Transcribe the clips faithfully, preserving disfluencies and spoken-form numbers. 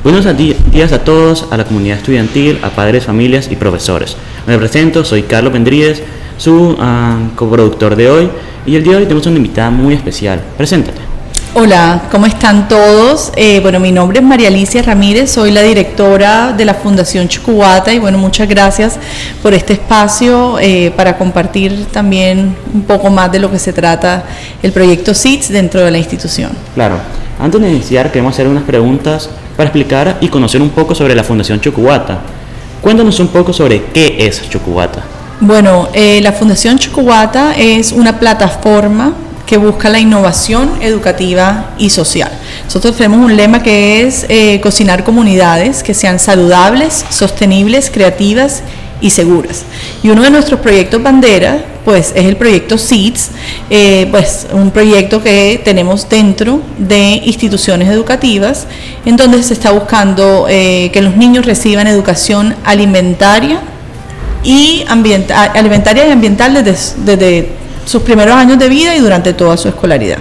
Buenos días a todos, a la comunidad estudiantil, a padres, familias y profesores. Me presento, soy Carlos Vendríez, su uh, coproductor de hoy, y el día de hoy tenemos una invitada muy especial. Preséntate. Hola, ¿cómo están todos? Eh, bueno, mi nombre es María Alicia Ramírez, soy la directora de la Fundación Chucuata y bueno, muchas gracias por este espacio eh, para compartir también un poco más de lo que se trata el proyecto S I T S dentro de la institución. Claro, antes de iniciar queremos hacer unas preguntas para explicar y conocer un poco sobre la Fundación Chucuata. Cuéntanos un poco sobre qué es Chucuata. Bueno, eh, la Fundación Chucuata es una plataforma que busca la innovación educativa y social. Nosotros tenemos un lema que es eh, cocinar comunidades que sean saludables, sostenibles, creativas y seguras. Y uno de nuestros proyectos bandera pues es el proyecto S I T S, eh, pues un proyecto que tenemos dentro de instituciones educativas en donde se está buscando eh, que los niños reciban educación alimentaria y ambiental, alimentaria y ambiental desde, desde sus primeros años de vida y durante toda su escolaridad.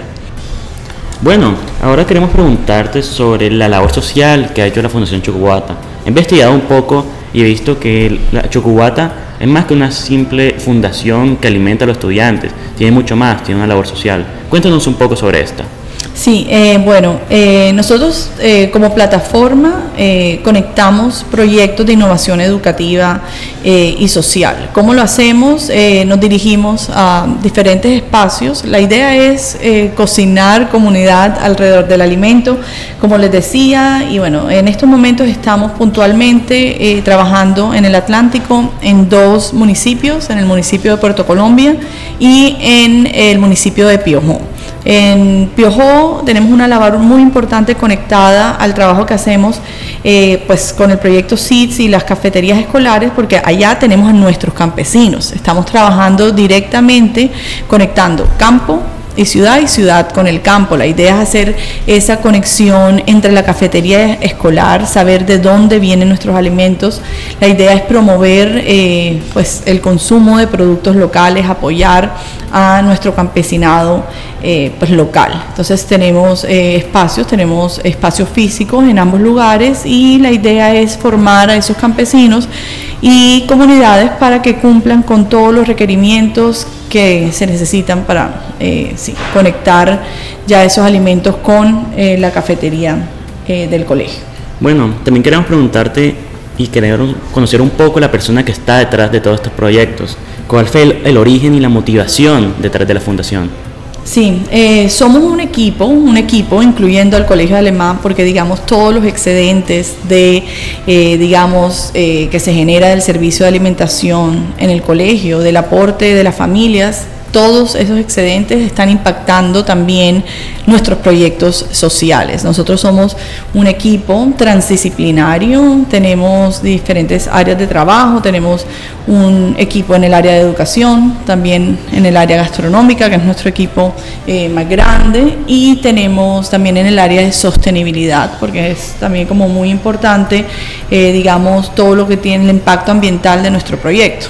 Bueno, ahora queremos preguntarte sobre la labor social que ha hecho la Fundación Chucuata. He investigado un poco y he visto que la Chucuata es más que una simple fundación que alimenta a los estudiantes, tiene mucho más, tiene una labor social. Cuéntanos un poco sobre esta. Sí, eh, bueno, eh, nosotros eh, como plataforma eh, conectamos proyectos de innovación educativa eh, y social. ¿Cómo lo hacemos? Eh, nos dirigimos a diferentes espacios. La idea es eh, cocinar comunidad alrededor del alimento, como les decía, y bueno, en estos momentos estamos puntualmente eh, trabajando en el Atlántico en dos municipios, en el municipio de Puerto Colombia y en el municipio de Piojó. En Piojó tenemos una labor muy importante conectada al trabajo que hacemos eh, pues con el proyecto S I T S y las cafeterías escolares, porque allá tenemos a nuestros campesinos. Estamos trabajando directamente conectando campo y ciudad y ciudad con el campo. La idea es hacer esa conexión entre la cafetería escolar, saber de dónde vienen nuestros alimentos. La idea es promover eh, pues el consumo de productos locales, apoyar a nuestro campesinado eh, pues local. Entonces tenemos eh, espacios, tenemos espacios físicos en ambos lugares y la idea es formar a esos campesinos y comunidades para que cumplan con todos los requerimientos que se necesitan para eh, sí, conectar ya esos alimentos con eh, la cafetería eh, del colegio. Bueno, también queremos preguntarte y queremos conocer un poco la persona que está detrás de todos estos proyectos. ¿Cuál fue el, el origen y la motivación detrás de la fundación? Sí, eh, somos un equipo, un equipo incluyendo al Colegio Alemán, porque digamos todos los excedentes de, eh, digamos, eh, que se genera del servicio de alimentación en el colegio, del aporte de las familias, todos esos excedentes están impactando también nuestros proyectos sociales. Nosotros somos un equipo transdisciplinario, tenemos diferentes áreas de trabajo, tenemos un equipo en el área de educación, también en el área gastronómica, que es nuestro equipo eh, más grande, y tenemos también en el área de sostenibilidad, porque es también como muy importante, eh, digamos, todo lo que tiene el impacto ambiental de nuestro proyecto.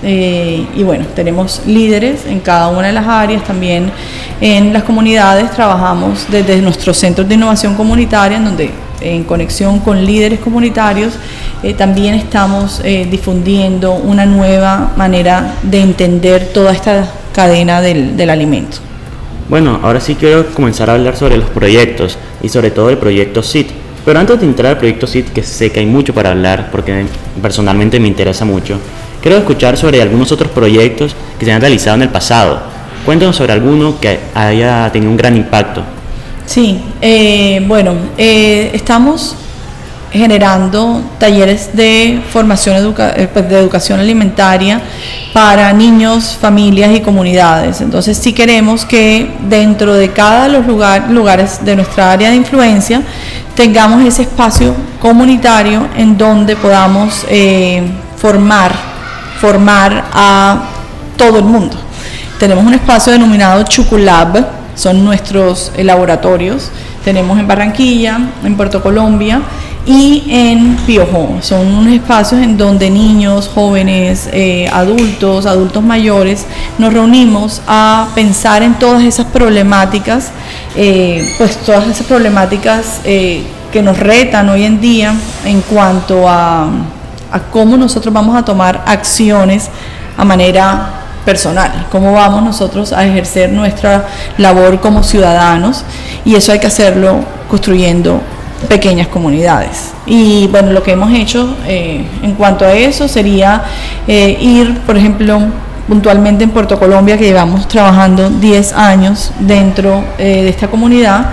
Eh, y bueno, tenemos líderes en cada una de las áreas, también en las comunidades trabajamos desde nuestros centros de innovación comunitaria, en donde en conexión con líderes comunitarios eh, también estamos eh, difundiendo una nueva manera de entender toda esta cadena del, del alimento. Bueno, ahora sí quiero comenzar a hablar sobre los proyectos y sobre todo el proyecto S I T. Pero antes de entrar al proyecto S I T, que sé que hay mucho para hablar porque personalmente me interesa mucho, quiero escuchar sobre algunos otros proyectos que se han realizado en el pasado. Cuéntanos sobre alguno que haya tenido un gran impacto. Sí, eh, bueno, eh, estamos generando talleres de formación educa- pues de educación alimentaria para niños, familias y comunidades. Entonces sí queremos que dentro de cada los lugar, lugares de nuestra área de influencia tengamos ese espacio comunitario en donde podamos eh, formar, formar a todo el mundo. Tenemos un espacio denominado Chuculab, son nuestros laboratorios. Tenemos en Barranquilla, en Puerto Colombia y en Piojó. Son unos espacios en donde niños, jóvenes, eh, adultos, adultos mayores, nos reunimos a pensar en todas esas problemáticas, eh, pues todas esas problemáticas eh, que nos retan hoy en día en cuanto a, a cómo nosotros vamos a tomar acciones a manera personal, cómo vamos nosotros a ejercer nuestra labor como ciudadanos, y eso hay que hacerlo construyendo pequeñas comunidades. Y bueno, lo que hemos hecho eh, en cuanto a eso sería eh, ir, por ejemplo, puntualmente en Puerto Colombia, que llevamos trabajando diez años dentro eh, de esta comunidad.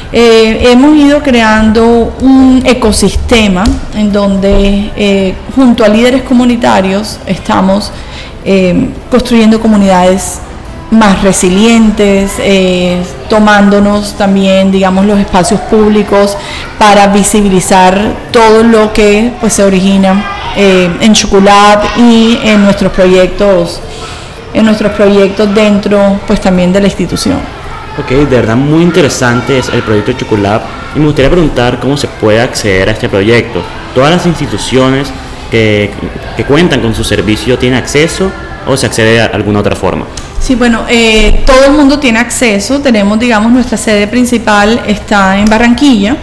Eh, hemos ido creando un ecosistema en donde eh, junto a líderes comunitarios estamos eh, construyendo comunidades más resilientes, eh, tomándonos también, digamos, los espacios públicos para visibilizar todo lo que pues se origina eh, en Chuculab y en nuestros proyectos, en nuestros proyectos dentro pues también de la institución. Ok, de verdad muy interesante es el proyecto Chuculab, y me gustaría preguntar cómo se puede acceder a este proyecto. ¿Todas las instituciones que, que cuentan con su servicio tienen acceso o se accede de alguna otra forma? Sí, bueno, eh, todo el mundo tiene acceso. Tenemos, digamos, nuestra sede principal está en Barranquilla.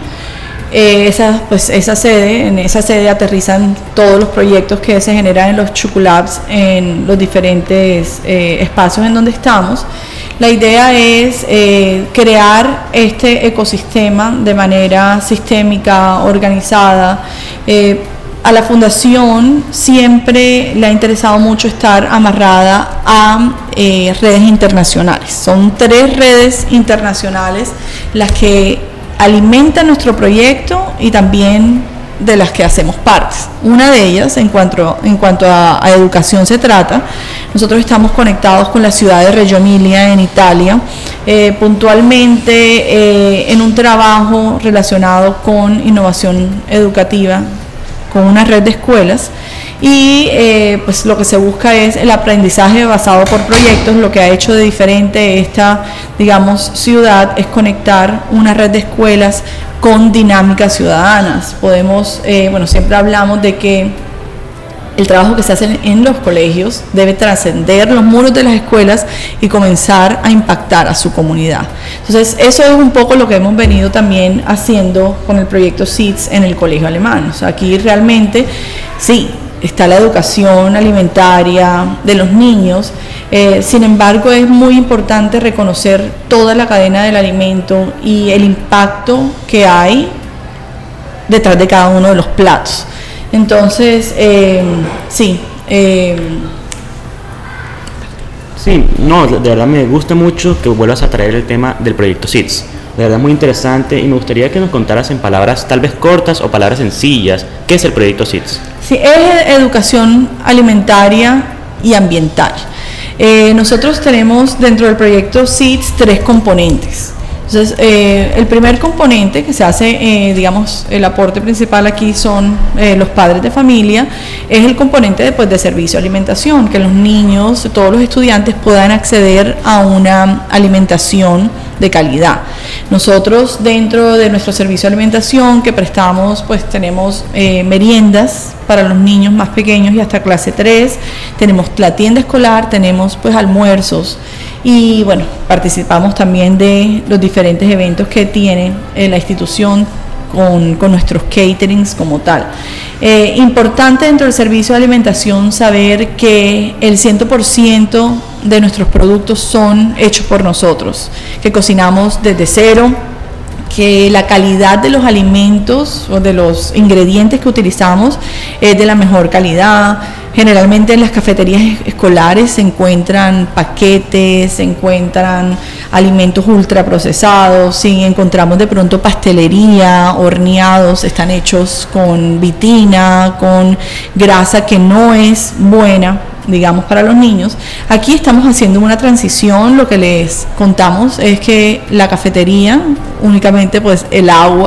Eh, esa, pues, esa sede, en esa sede aterrizan todos los proyectos que se generan en los Chuculabs en los diferentes eh, espacios en donde estamos. La idea es eh, crear este ecosistema de manera sistémica, organizada. Eh, A la fundación siempre le ha interesado mucho estar amarrada a eh, redes internacionales. Son tres redes internacionales las que alimentan nuestro proyecto y también de las que hacemos parte. Una de ellas, en cuanto, en cuanto a, a educación se trata, nosotros estamos conectados con la ciudad de Reggio Emilia en Italia, eh, puntualmente eh, en un trabajo relacionado con innovación educativa, con una red de escuelas, y eh, pues lo que se busca es el aprendizaje basado por proyectos. Lo que ha hecho de diferente esta, digamos, ciudad es conectar una red de escuelas con dinámicas ciudadanas. Podemos, eh, bueno, siempre hablamos de que el trabajo que se hace en los colegios debe trascender los muros de las escuelas y comenzar a impactar a su comunidad. Entonces, eso es un poco lo que hemos venido también haciendo con el proyecto SEEDS en el colegio alemán. O sea, aquí realmente, sí, está la educación alimentaria de los niños, eh, sin embargo, es muy importante reconocer toda la cadena del alimento y el impacto que hay detrás de cada uno de los platos. Entonces, eh, sí. Eh, sí, no, de verdad me gusta mucho que vuelvas a traer el tema del proyecto SEEDS. De verdad muy interesante, y me gustaría que nos contaras en palabras tal vez cortas o palabras sencillas, ¿qué es el proyecto SEEDS? Sí, es educación alimentaria y ambiental. Eh, nosotros tenemos dentro del proyecto SEEDS tres componentes. Entonces, eh, el primer componente que se hace, eh, digamos, el aporte principal aquí son eh, los padres de familia, es el componente después de servicio de alimentación, que los niños, todos los estudiantes puedan acceder a una alimentación de calidad. Nosotros dentro de nuestro servicio de alimentación que prestamos, pues tenemos eh, meriendas para los niños más pequeños y hasta clase tres, tenemos la tienda escolar, tenemos pues almuerzos, y bueno, participamos también de los diferentes eventos que tiene eh, la institución con, con nuestros caterings como tal. Eh, importante dentro del servicio de alimentación saber que el cien por ciento de nuestros productos son hechos por nosotros, que cocinamos desde cero, que la calidad de los alimentos o de los ingredientes que utilizamos es de la mejor calidad. Generalmente en las cafeterías escolares se encuentran paquetes, se encuentran alimentos ultraprocesados, si encontramos de pronto pastelería, horneados, están hechos con vitina, con grasa que no es buena, digamos, para los niños. Aquí estamos haciendo una transición. Lo que les contamos es que la cafetería, únicamente pues el agua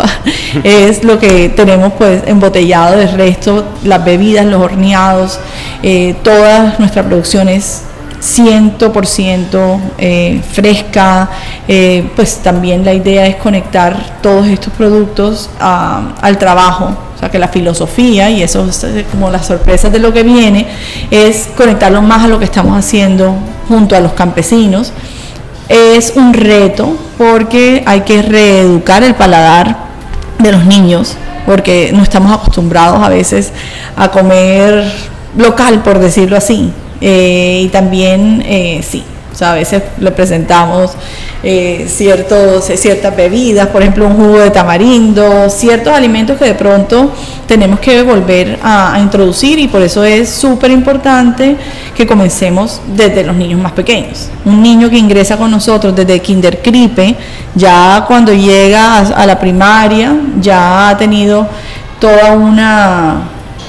es lo que tenemos pues embotellado, del resto las bebidas, los horneados, eh, toda nuestra producción es cien por ciento eh, fresca. Eh, pues también la idea es conectar todos estos productos a, al trabajo. O sea, que la filosofía, y eso es como las sorpresas de lo que viene, es conectarlo más a lo que estamos haciendo junto a los campesinos. Es un reto porque hay que reeducar el paladar de los niños, porque no estamos acostumbrados a veces a comer local, por decirlo así. Eh, y también, eh, sí, o sea, a veces le presentamos eh, ciertos, ciertas bebidas, por ejemplo, un jugo de tamarindo, ciertos alimentos que de pronto tenemos que volver a, a introducir, y por eso es súper importante que comencemos desde los niños más pequeños. Un niño que ingresa con nosotros desde Kinder Cripe, ya cuando llega a, a la primaria, ya ha tenido toda una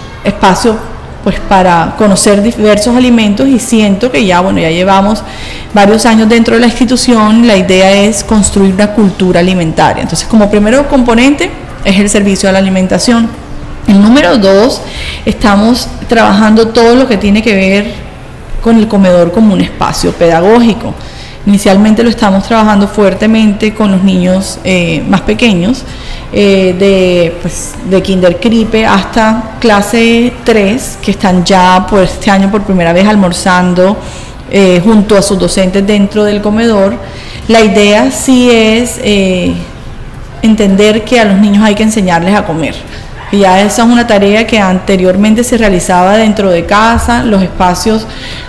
espacio pues para conocer diversos alimentos, y siento que ya, bueno, ya llevamos varios años dentro de la institución. La idea es construir una cultura alimentaria. Entonces, como primero componente es el servicio a la alimentación. El número dos, estamos trabajando todo lo que tiene que ver con el comedor como un espacio pedagógico. Inicialmente lo estamos trabajando fuertemente con los niños eh, más pequeños, eh, de, pues, de Kinder Cripe hasta clase tres, que están ya por este año por primera vez almorzando eh, junto a sus docentes dentro del comedor. La idea sí es eh, entender que a los niños hay que enseñarles a comer. Y ya esa es una tarea que anteriormente se realizaba dentro de casa. Los espacios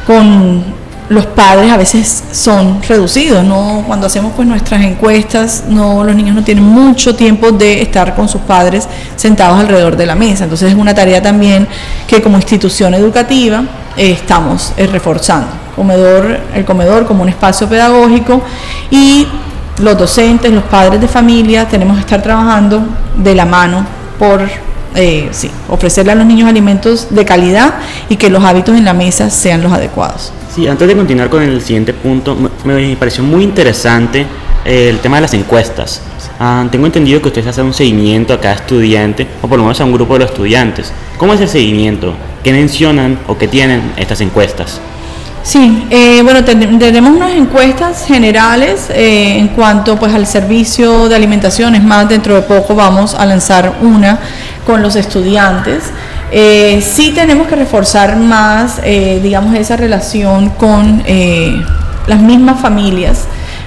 con los padres a veces son reducidos, ¿no? Cuando hacemos pues nuestras encuestas, no, los niños no tienen mucho tiempo de estar con sus padres sentados alrededor de la mesa. Entonces es una tarea también que como institución educativa eh, estamos eh, reforzando. Comedor, el comedor como un espacio pedagógico, y los docentes, los padres de familia tenemos que estar trabajando de la mano por eh, sí, ofrecerle a los niños alimentos de calidad y que los hábitos en la mesa sean los adecuados. Sí, antes de continuar con el siguiente punto, me pareció muy interesante eh, el tema de las encuestas. Ah, tengo entendido que ustedes hacen un seguimiento a cada estudiante, o por lo menos a un grupo de los estudiantes. ¿Cómo es el seguimiento? ¿Qué mencionan o qué tienen estas encuestas? Sí, eh, bueno, ten, tenemos unas encuestas generales eh, en cuanto pues al servicio de alimentación. Es más, dentro de poco vamos a lanzar una con los estudiantes. Eh, sí tenemos que reforzar más, eh, digamos, esa relación con eh, las mismas familias,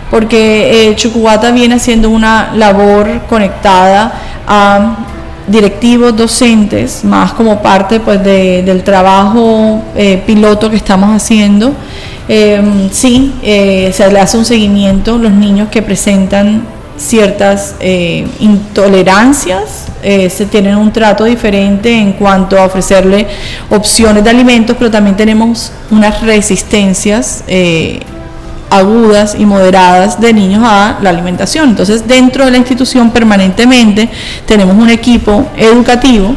porque eh, Chucuata viene haciendo una labor conectada a directivos, docentes, más como parte pues de, del trabajo eh, piloto que estamos haciendo. Eh, sí, eh, se le hace un seguimiento. Los niños que presentan ciertas eh, intolerancias eh, se tienen un trato diferente en cuanto a ofrecerle opciones de alimentos, pero también tenemos unas resistencias eh, agudas y moderadas de niños a la alimentación. Entonces, dentro de la institución permanentemente tenemos un equipo educativo,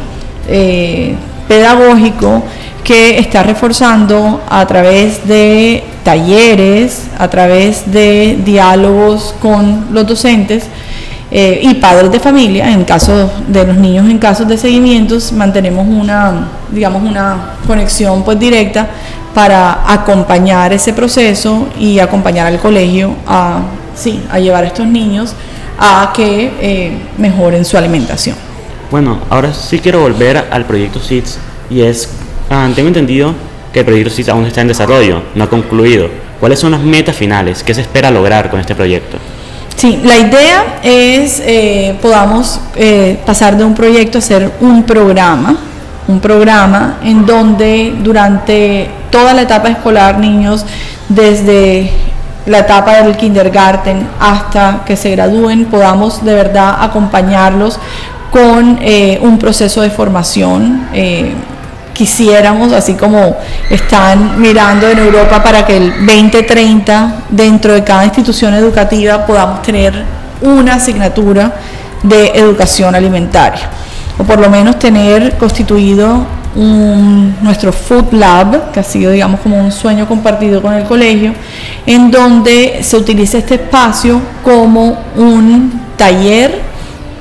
eh, pedagógico, que está reforzando a través de talleres, a través de diálogos con los docentes eh, y padres de familia. En caso de los niños, en casos de seguimientos, mantenemos una, digamos, una conexión pues directa para acompañar ese proceso y acompañar al colegio a, sí, a llevar a estos niños a que eh, mejoren su alimentación. Bueno, ahora sí quiero volver al proyecto S I D S, y es, ah, tengo entendido que el proyecto S I D S aún está en desarrollo, no ha concluido. ¿Cuáles son las metas finales? ¿Qué se espera lograr con este proyecto? Sí, la idea es eh, podamos eh, pasar de un proyecto a ser un programa, un programa en donde durante toda la etapa escolar, niños desde la etapa del kindergarten hasta que se gradúen, podamos de verdad acompañarlos con eh, un proceso de formación. Eh, quisiéramos, así como están mirando en Europa, para que el veinte treinta dentro de cada institución educativa podamos tener una asignatura de educación alimentaria, o por lo menos tener constituido un, nuestro Food Lab, que ha sido, digamos, como un sueño compartido con el colegio, en donde se utiliza este espacio como un taller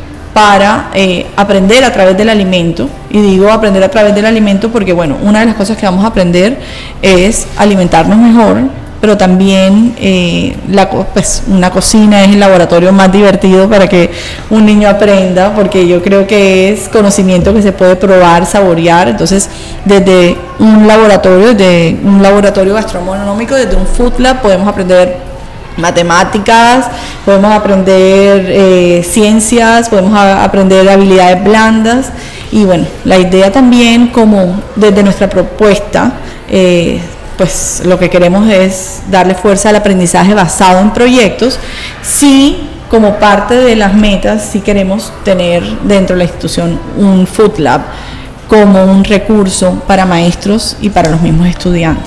para eh, aprender a través del alimento. Y digo aprender a través del alimento porque, bueno, una de las cosas que vamos a aprender es alimentarnos mejor, pero también eh, la, pues, una cocina es el laboratorio más divertido para que un niño aprenda, porque yo creo que es conocimiento que se puede probar, saborear. Entonces, desde un laboratorio, desde un laboratorio gastronómico, desde un Food Lab, podemos aprender matemáticas, podemos aprender eh, ciencias, podemos a, aprender habilidades blandas y bueno, la idea también como desde nuestra propuesta, eh, pues lo que queremos es darle fuerza al aprendizaje basado en proyectos. Sí, como parte de las metas, sí queremos tener dentro de la institución un Food Lab como un recurso para maestros y para los mismos estudiantes.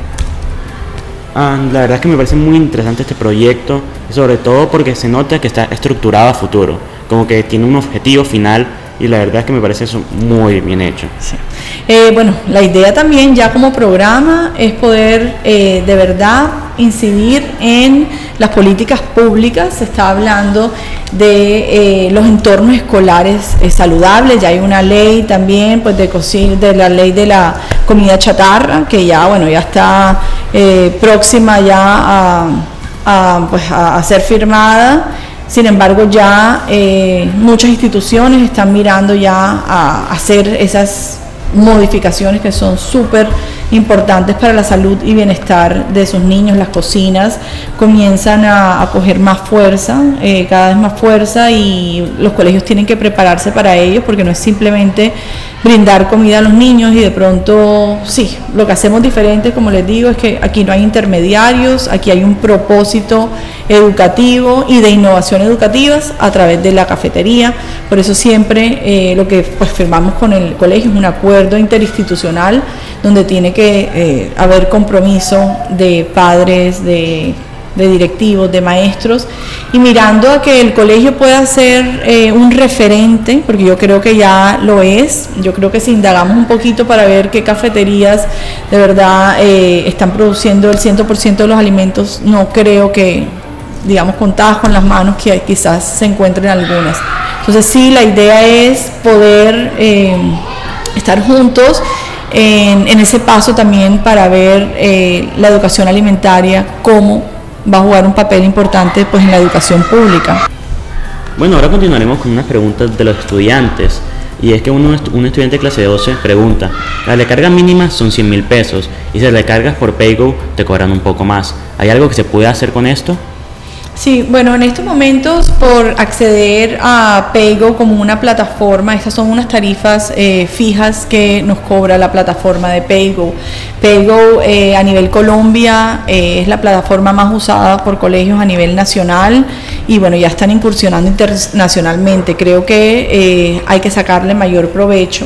Ah, la verdad es que me parece muy interesante este proyecto, sobre todo porque se nota que está estructurado a futuro, como que tiene un objetivo final y la verdad es que me parece eso muy bien hecho. Sí. Eh, bueno, la idea también ya como programa es poder eh, de verdad incidir en las políticas públicas. Se está hablando de eh, los entornos escolares eh, saludables, ya hay una ley también pues de cocina, de la ley de la comida chatarra, que ya bueno ya está eh, próxima ya a, a, pues, a, a ser firmada. Sin embargo, ya eh, muchas instituciones están mirando ya a hacer esas modificaciones que son súper importantes para la salud y bienestar de sus niños. Las cocinas comienzan a, a coger más fuerza, eh, cada vez más fuerza, y los colegios tienen que prepararse para ello, porque no es simplemente brindar comida a los niños y de pronto, sí, lo que hacemos diferente, como les digo, es que aquí no hay intermediarios, aquí hay un propósito educativo y de innovación educativas a través de la cafetería. Por eso siempre eh, lo que pues firmamos con el colegio es un acuerdo interinstitucional donde tiene que eh, haber compromiso de padres, de, de directivos, de maestros, y mirando a que el colegio pueda ser eh, un referente, porque yo creo que ya lo es. Yo creo que si indagamos un poquito para ver qué cafeterías de verdad eh, están produciendo el cien por ciento de los alimentos, no creo que, digamos, contadas con las manos, que quizás se encuentren algunas. Entonces sí, la idea es poder eh, estar juntos en, en ese paso también para ver eh, la educación alimentaria, cómo va a jugar un papel importante pues en la educación pública. Bueno, ahora continuaremos con unas preguntas de los estudiantes. Y es que uno, un estudiante de clase doce pregunta: la recarga mínima son cien mil pesos y si la recargas por PayGo te cobran un poco más. ¿Hay algo que se pueda hacer con esto? Sí, bueno, en estos momentos por acceder a PayGo como una plataforma, estas son unas tarifas eh, fijas que nos cobra la plataforma de PayGo. PayGo eh, a nivel Colombia eh, es la plataforma más usada por colegios a nivel nacional y bueno, ya están incursionando internacionalmente. Creo que eh, hay que sacarle mayor provecho.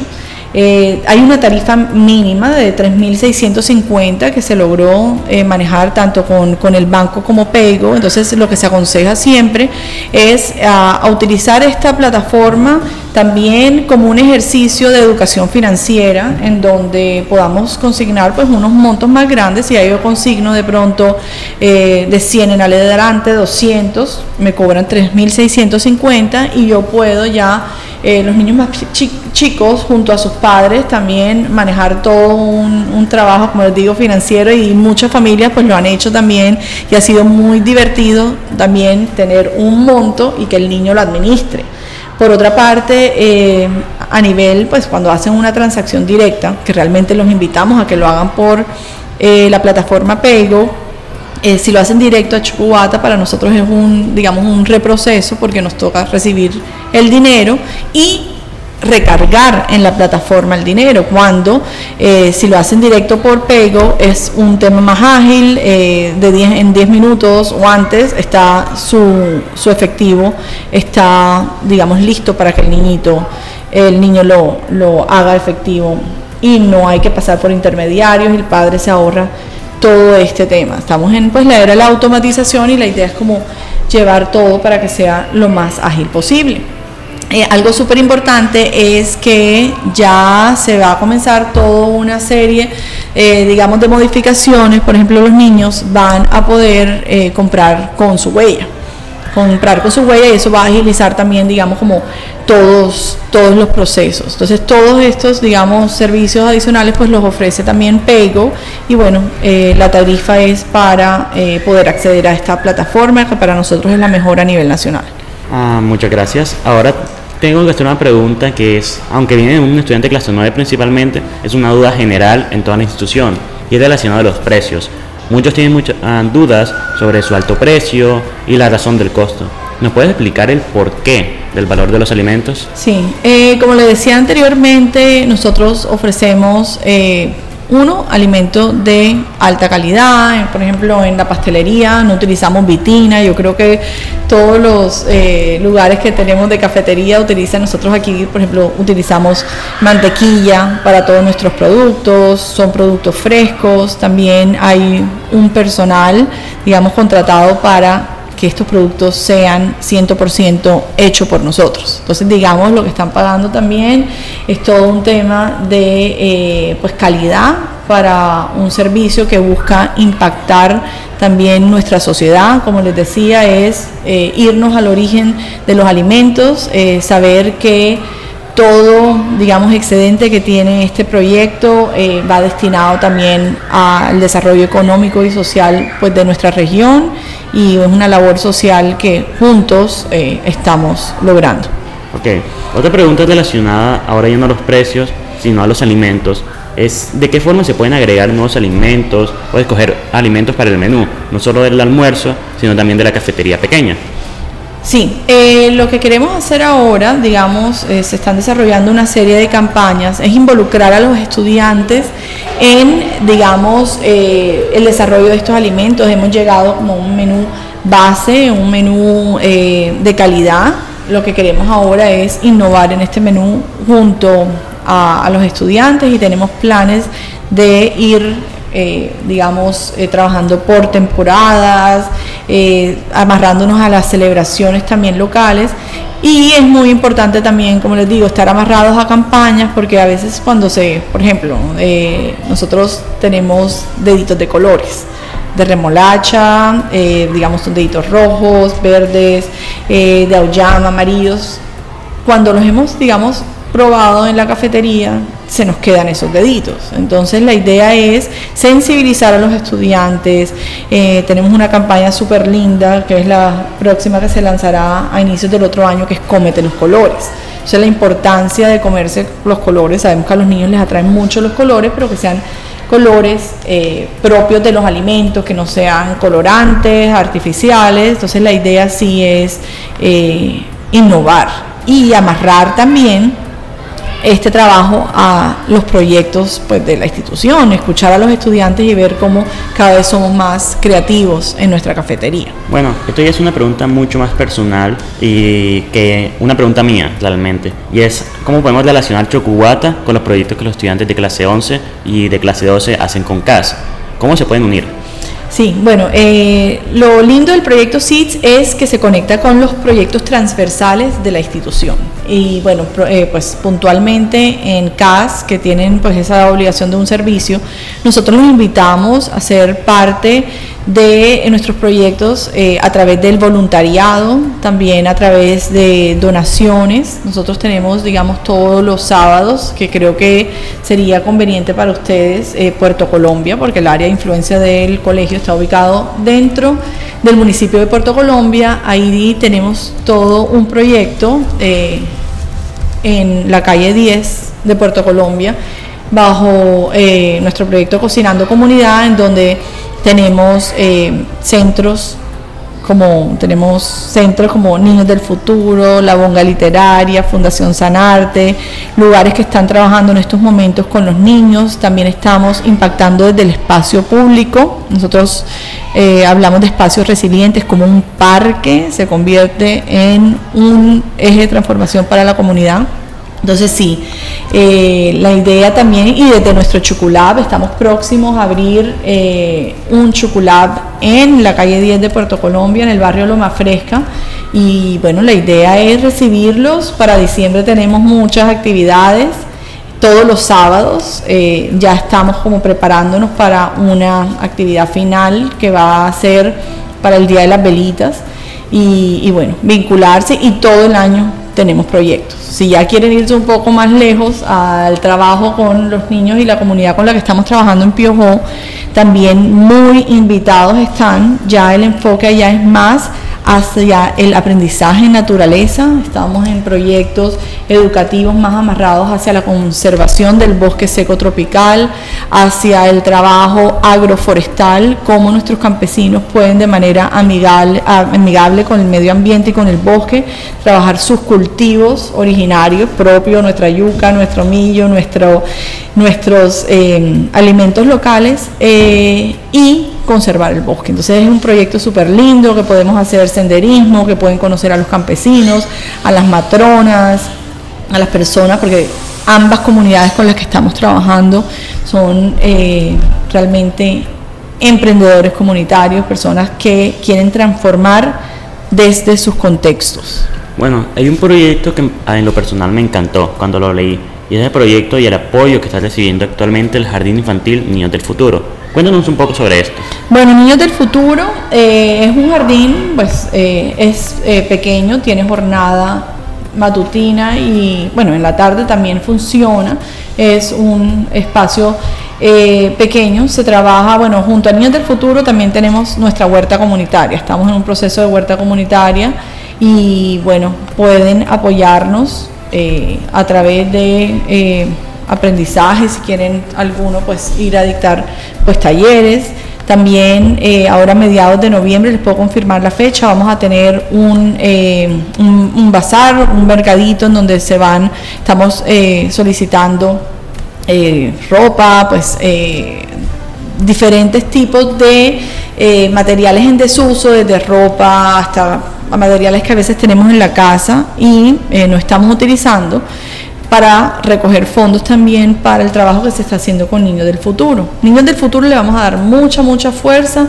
Eh, hay una tarifa mínima de tres mil seiscientos cincuenta que se logró eh, manejar tanto con, con el banco como PayGo. Entonces lo que se aconseja siempre es a, a utilizar esta plataforma también como un ejercicio de educación financiera en donde podamos consignar pues unos montos más grandes. Si yo consigno de pronto eh, de cien en adelante, doscientos, me cobran tres mil seiscientos cincuenta y yo puedo ya Eh, los niños más chi chicos junto a sus padres también manejar todo un, un trabajo, como les digo, financiero, y muchas familias pues lo han hecho también y ha sido muy divertido también tener un monto y que el niño lo administre. Por otra parte, eh, a nivel, pues cuando hacen una transacción directa, que realmente los invitamos a que lo hagan por eh, la plataforma PayGo, Eh, si lo hacen directo a Chucuata, para nosotros es un, digamos, un reproceso porque nos toca recibir el dinero y recargar en la plataforma el dinero, cuando eh, si lo hacen directo por PayGo es un tema más ágil, eh, de diez, en diez minutos o antes está su, su efectivo, está, digamos, listo para que el niñito, el niño lo, lo haga efectivo y no hay que pasar por intermediarios, el padre se ahorra todo este tema. Estamos en pues la era de la automatización y la idea es como llevar todo para que sea lo más ágil posible. Eh, algo súper importante es que ya se va a comenzar toda una serie, eh, digamos, de modificaciones. Por ejemplo, los niños van a poder eh, comprar con su huella. comprar con su huella y eso va a agilizar también, digamos, como todos, todos los procesos. Entonces todos estos, digamos, servicios adicionales pues los ofrece también PayGo y bueno, eh, la tarifa es para eh, poder acceder a esta plataforma que para nosotros es la mejor a nivel nacional. Ah, muchas gracias. Ahora tengo que hacer una pregunta que es, aunque viene de un estudiante de clase nueve principalmente, es una duda general en toda la institución y es relacionada a los precios. muchos tienen muchas uh, dudas sobre su alto precio y la razón del costo. ¿Nos puedes explicar el porqué del valor de los alimentos? Sí, eh, como le decía anteriormente, nosotros ofrecemos eh, uno, alimentos de alta calidad. Por ejemplo, en la pastelería no utilizamos vitina. Yo creo que todos los eh, lugares que tenemos de cafetería utilizan. Nosotros aquí, por ejemplo, utilizamos mantequilla para todos nuestros productos. Son productos frescos. También hay un personal, digamos, contratado para que estos productos sean cien por ciento hechos por nosotros. Entonces, digamos, lo que están pagando también es todo un tema de eh, pues calidad para un servicio que busca impactar también nuestra sociedad. Como les decía, es eh, irnos al origen de los alimentos, eh, saber que todo, digamos, excedente que tiene este proyecto eh, va destinado también al desarrollo económico y social, pues, de nuestra región, y es una labor social que juntos eh, estamos logrando. Ok, otra pregunta relacionada ahora ya no a los precios, sino a los alimentos, es de qué forma se pueden agregar nuevos alimentos o escoger alimentos para el menú, no solo del almuerzo, sino también de la cafetería pequeña. Sí, eh, lo que queremos hacer ahora, digamos, eh, se están desarrollando una serie de campañas, es involucrar a los estudiantes en, digamos, eh, el desarrollo de estos alimentos. Hemos llegado como a un menú base, un menú eh, de calidad. Lo que queremos ahora es innovar en este menú junto a, a los estudiantes, y tenemos planes de ir Eh, digamos, eh, trabajando por temporadas, eh, amarrándonos a las celebraciones también locales. Y es muy importante también, como les digo, estar amarrados a campañas, porque a veces cuando se, por ejemplo, eh, nosotros tenemos deditos de colores, de remolacha, eh, digamos, son deditos rojos, verdes, eh, de auyama, amarillos. Cuando los hemos, digamos, probado en la cafetería, se nos quedan esos deditos. Entonces, la idea es sensibilizar a los estudiantes. Eh, tenemos una campaña súper linda, que es la próxima, que se lanzará a inicios del otro año, que es Cómete los colores. O sea, la importancia de comerse los colores. Sabemos que a los niños les atraen mucho los colores, pero que sean colores eh, propios de los alimentos, que no sean colorantes, artificiales. Entonces, la idea sí es eh, innovar y amarrar también este trabajo a los proyectos, pues, de la institución, escuchar a los estudiantes y ver cómo cada vez somos más creativos en nuestra cafetería. Bueno, esto ya es una pregunta mucho más personal y que una pregunta mía realmente, y es ¿cómo podemos relacionar Chocuguata con los proyectos que los estudiantes de clase once y de clase doce hacen con C A S? ¿Cómo se pueden unir? Sí, bueno, eh, lo lindo del proyecto S I T S es que se conecta con los proyectos transversales de la institución. Y bueno, eh, pues puntualmente en C A S, que tienen pues esa obligación de un servicio, nosotros los invitamos a ser parte de nuestros proyectos eh, a través del voluntariado, también a través de donaciones. Nosotros tenemos, digamos, todos los sábados, que creo que sería conveniente para ustedes, eh, Puerto Colombia, porque el área de influencia del colegio está ubicado dentro del municipio de Puerto Colombia. Ahí tenemos todo un proyecto eh, en la calle diez de Puerto Colombia, bajo eh, nuestro proyecto Cocinando Comunidad, en donde tenemos eh, centros como tenemos centros como Niños del Futuro, La Bonga Literaria, Fundación Sanarte, lugares que están trabajando en estos momentos con los niños. También estamos impactando desde el espacio público. Nosotros eh, hablamos de espacios resilientes, como un parque se convierte en un eje de transformación para la comunidad. Entonces sí, eh, la idea también, y desde nuestro Chuculab estamos próximos a abrir eh, un Chuculab en la calle diez de Puerto Colombia, en el barrio Loma Fresca, y bueno, la idea es recibirlos. Para diciembre tenemos muchas actividades, todos los sábados. Eh, ya estamos como preparándonos para una actividad final que va a ser para el Día de las Velitas, y, y bueno, vincularse, y todo el año tenemos proyectos. Si ya quieren irse un poco más lejos al trabajo con los niños y la comunidad con la que estamos trabajando en Piojó, también muy invitados están. Ya el enfoque allá es más hacia el aprendizaje en naturaleza. Estamos en proyectos educativos más amarrados hacia la conservación del bosque seco tropical, hacia el trabajo agroforestal, cómo nuestros campesinos pueden de manera amigable, amigable con el medio ambiente y con el bosque trabajar sus cultivos originarios propios, nuestra yuca, nuestro millo, nuestro, nuestros eh, alimentos locales eh, y conservar el bosque. Entonces es un proyecto súper lindo que podemos hacer senderismo, que pueden conocer a los campesinos, a las matronas, a las personas, porque ambas comunidades con las que estamos trabajando son eh, realmente emprendedores comunitarios, personas que quieren transformar desde sus contextos. Bueno, hay un proyecto que en lo personal me encantó cuando lo leí, y es el proyecto y el apoyo que está recibiendo actualmente el Jardín Infantil Niños del Futuro. Cuéntanos un poco sobre esto. Bueno, Niños del Futuro eh, es un jardín, pues eh, es eh, pequeño, tiene jornada matutina y bueno, en la tarde también funciona. Es un espacio eh, pequeño, se trabaja, bueno, junto a Niños del Futuro también tenemos nuestra huerta comunitaria. Estamos en un proceso de huerta comunitaria y bueno, pueden apoyarnos eh, a través de eh, aprendizaje, si quieren alguno, pues ir a dictar pues talleres. También eh, ahora a mediados de noviembre, les puedo confirmar la fecha, vamos a tener un, eh, un, un bazar, un mercadito en donde se van, estamos eh, solicitando eh, ropa, pues eh, diferentes tipos de eh, materiales en desuso, desde ropa hasta materiales que a veces tenemos en la casa y eh, no estamos utilizando, para recoger fondos también para el trabajo que se está haciendo con Niños del Futuro. Niños del Futuro le vamos a dar mucha, mucha fuerza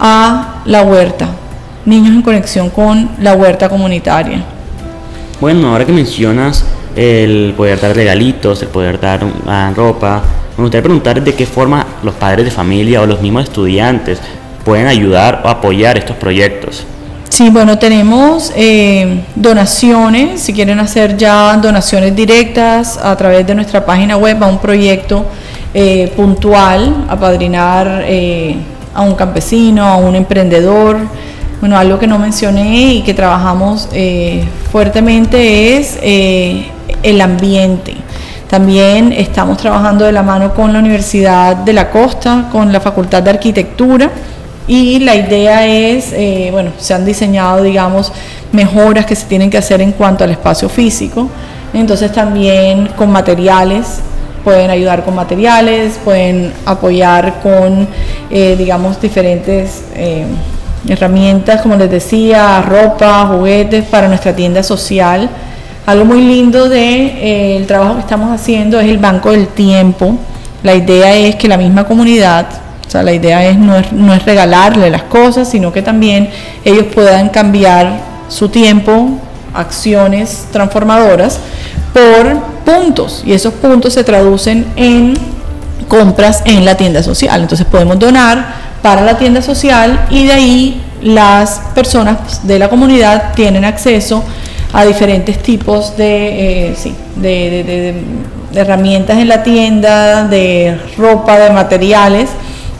a la huerta. Niños en conexión con la huerta comunitaria. Bueno, ahora que mencionas el poder dar regalitos, el poder dar uh, ropa, me gustaría preguntar de qué forma los padres de familia o los mismos estudiantes pueden ayudar o apoyar estos proyectos. Sí, bueno, tenemos eh, donaciones, si quieren hacer ya donaciones directas a través de nuestra página web a un proyecto eh, puntual, apadrinar eh, a un campesino, a un emprendedor. Bueno, algo que no mencioné y que trabajamos eh, fuertemente es eh, el ambiente. También estamos trabajando de la mano con la Universidad de la Costa, con la Facultad de Arquitectura. Y la idea es, eh, bueno, se han diseñado, digamos, mejoras que se tienen que hacer en cuanto al espacio físico. Entonces también con materiales, pueden ayudar con materiales, pueden apoyar con, eh, digamos, diferentes eh, herramientas, como les decía, ropa, juguetes para nuestra tienda social. Algo muy lindo del de, eh, trabajo que estamos haciendo es el Banco del Tiempo. La idea es que la misma comunidad, o sea, la idea es no, es no es regalarle las cosas, sino que también ellos puedan cambiar su tiempo, acciones transformadoras, por puntos. Y esos puntos se traducen en compras en la tienda social. Entonces podemos donar para la tienda social y de ahí las personas de la comunidad tienen acceso a diferentes tipos de, eh, sí, de, de, de, de herramientas en la tienda, de ropa, de materiales.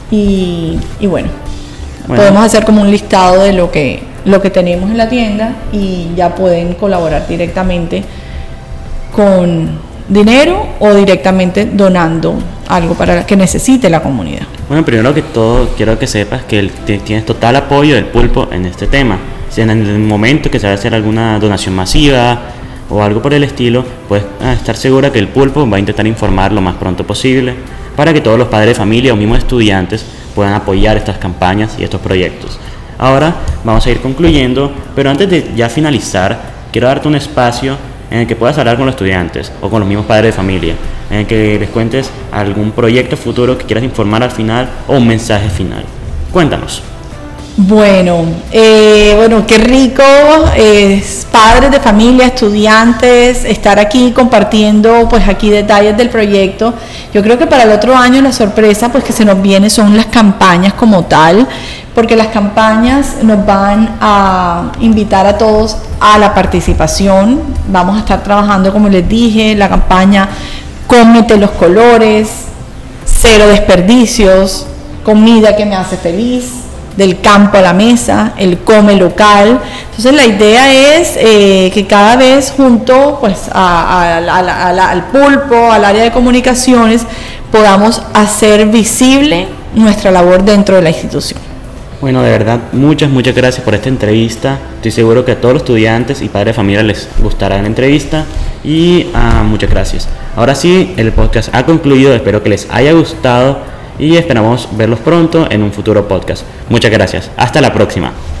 Y, y bueno, bueno, podemos hacer como un listado de lo que, lo que tenemos en la tienda y ya pueden colaborar directamente con dinero o directamente donando algo para que necesite la comunidad. Bueno, primero que todo quiero que sepas que el, tienes total apoyo del Pulpo en este tema. Si en el momento que se va a hacer alguna donación masiva o algo por el estilo, puedes estar segura que el Pulpo va a intentar informar lo más pronto posible, para que todos los padres de familia o mismos estudiantes puedan apoyar estas campañas y estos proyectos. Ahora vamos a ir concluyendo, pero antes de ya finalizar, quiero darte un espacio en el que puedas hablar con los estudiantes o con los mismos padres de familia, en el que les cuentes algún proyecto futuro que quieras informar al final o un mensaje final. Cuéntanos. Bueno, eh, bueno, qué rico, eh, padres de familia, estudiantes, estar aquí compartiendo pues aquí detalles del proyecto. Yo creo que para el otro año la sorpresa pues que se nos viene son las campañas como tal, porque las campañas nos van a invitar a todos a la participación. Vamos a estar trabajando, como les dije, la campaña Cómete los colores, cero desperdicios, comida que me hace feliz. del campo a la mesa, el come local. Entonces la idea es eh, que cada vez junto pues, a, a, a, a, a, al pulpo, al área de comunicaciones, podamos hacer visible nuestra labor dentro de la institución. Bueno, de verdad, muchas, muchas gracias por esta entrevista. Estoy seguro que a todos los estudiantes y padres de familia les gustará la entrevista y uh, muchas gracias. Ahora sí, el podcast ha concluido, espero que les haya gustado y esperamos verlos pronto en un futuro podcast. Muchas gracias, hasta la próxima.